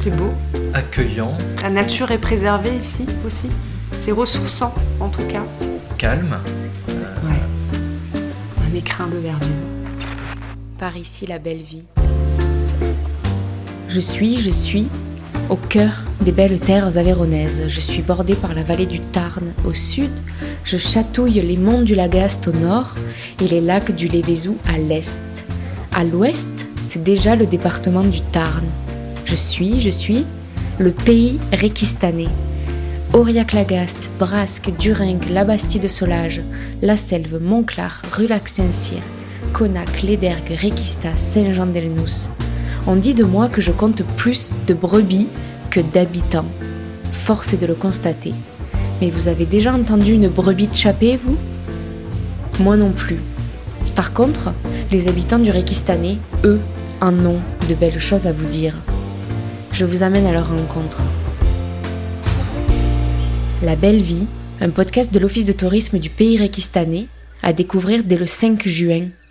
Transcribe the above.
C'est beau. Accueillant. La nature est préservée ici aussi. C'est ressourçant en tout cas. Calme. Ouais. Un écrin de verdure. Par ici la belle vie. Je suis au cœur des belles terres aveyronaises. Je suis bordée par la vallée du Tarn au sud. Je chatouille les monts du Lagast au nord et les lacs du Lévézou à l'est. À l'ouest, c'est déjà le département du Tarn. Je suis le pays réquistanais. Aurillac-Lagast, Brasque, Duringue, la Bastide-Solage, La Selve, Montclar, Rulac-Saint-Cyr, Conac, Lédergue, Réquistas, Saint-Jean-d'Elnous. On dit de moi que je compte plus de brebis que d'habitants. Force est de le constater. Mais vous avez déjà entendu une brebis tchapper, vous ? Moi non plus. Par contre, les habitants du Réquistanais, eux, en ont de belles choses à vous dire. Je vous amène à leur rencontre. La Belle Vie, un podcast de l'Office de tourisme du pays réquistanais, à découvrir dès le 5 juin.